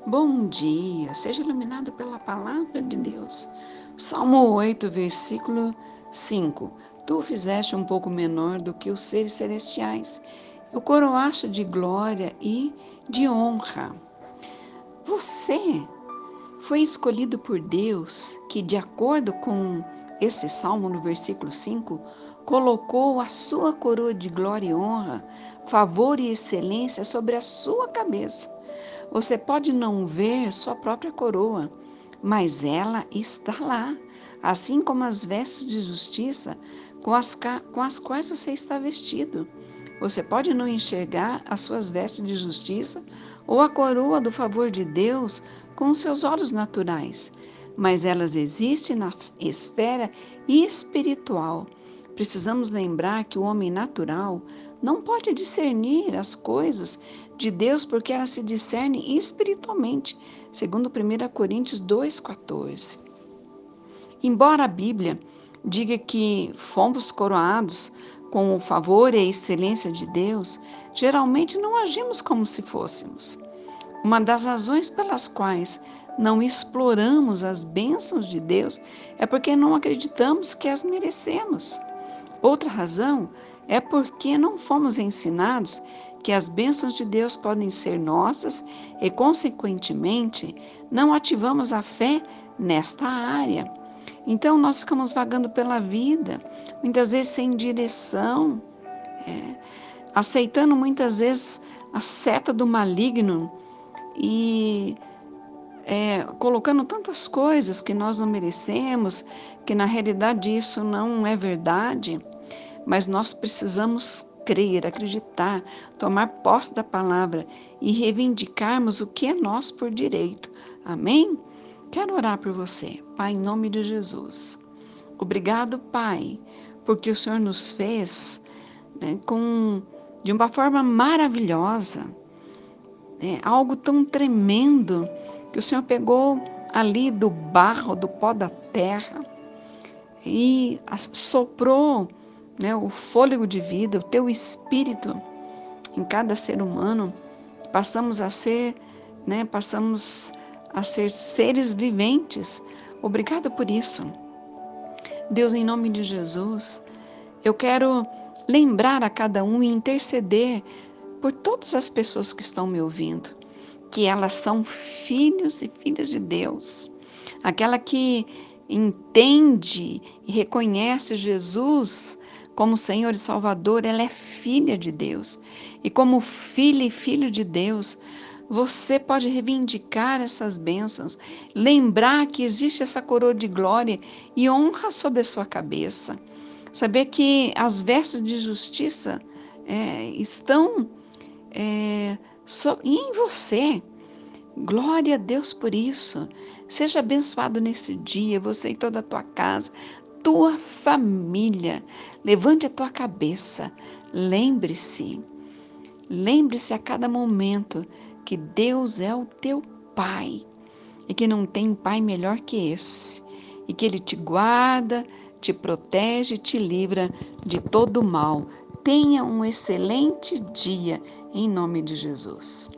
Bom dia, seja iluminado pela palavra de Deus. Salmo 8, versículo 5. Tu o fizeste um pouco menor do que os seres celestiais, e o coroaste de glória e de honra. Você foi escolhido por Deus, que, de acordo com esse salmo no versículo 5, colocou a sua coroa de glória e honra, favor e excelência sobre a sua cabeça. Você pode não ver sua própria coroa, mas ela está lá, assim como as vestes de justiça com as quais você está vestido. Você pode não enxergar as suas vestes de justiça ou a coroa do favor de Deus com os seus olhos naturais, mas elas existem na esfera espiritual. Precisamos lembrar que o homem natural não pode discernir as coisas de Deus porque elas se discernem espiritualmente, segundo 1 Coríntios 2,14. Embora a Bíblia diga que fomos coroados com o favor e a excelência de Deus, geralmente não agimos como se fôssemos. Uma das razões pelas quais não exploramos as bênçãos de Deus é porque não acreditamos que as merecemos. Outra razão é porque não fomos ensinados que as bênçãos de Deus podem ser nossas e, consequentemente, não ativamos a fé nesta área. Então, nós ficamos vagando pela vida, muitas vezes sem direção, aceitando muitas vezes a seta do maligno e colocando tantas coisas que nós não merecemos, que na realidade isso não é verdade. Mas nós precisamos crer, acreditar, tomar posse da palavra e reivindicarmos o que é nosso por direito. Amém? Quero orar por você, Pai, em nome de Jesus. Obrigado, Pai, porque o Senhor nos fez, né, de uma forma maravilhosa, né, algo tão tremendo que o Senhor pegou ali do barro, do pó da terra e soprou, né, o fôlego de vida, o teu espírito em cada ser humano. Passamos a ser, né, seres viventes. Obrigado por isso. Deus, em nome de Jesus, eu quero lembrar a cada um e interceder por todas as pessoas que estão me ouvindo, que elas são filhos e filhas de Deus. Aquela que entende e reconhece Jesus como Senhor e Salvador, ela é filha de Deus. E como filha e filho de Deus, você pode reivindicar essas bênçãos, lembrar que existe essa coroa de glória e honra sobre a sua cabeça. Saber que as vestes de justiça estão em você. Glória a Deus por isso. Seja abençoado nesse dia, você e toda a tua casa, tua família. Levante a tua cabeça. Lembre-se a cada momento que Deus é o teu Pai e que não tem pai melhor que esse, e que Ele te guarda, te protege, te livra de todo mal. Tenha um excelente dia em nome de Jesus.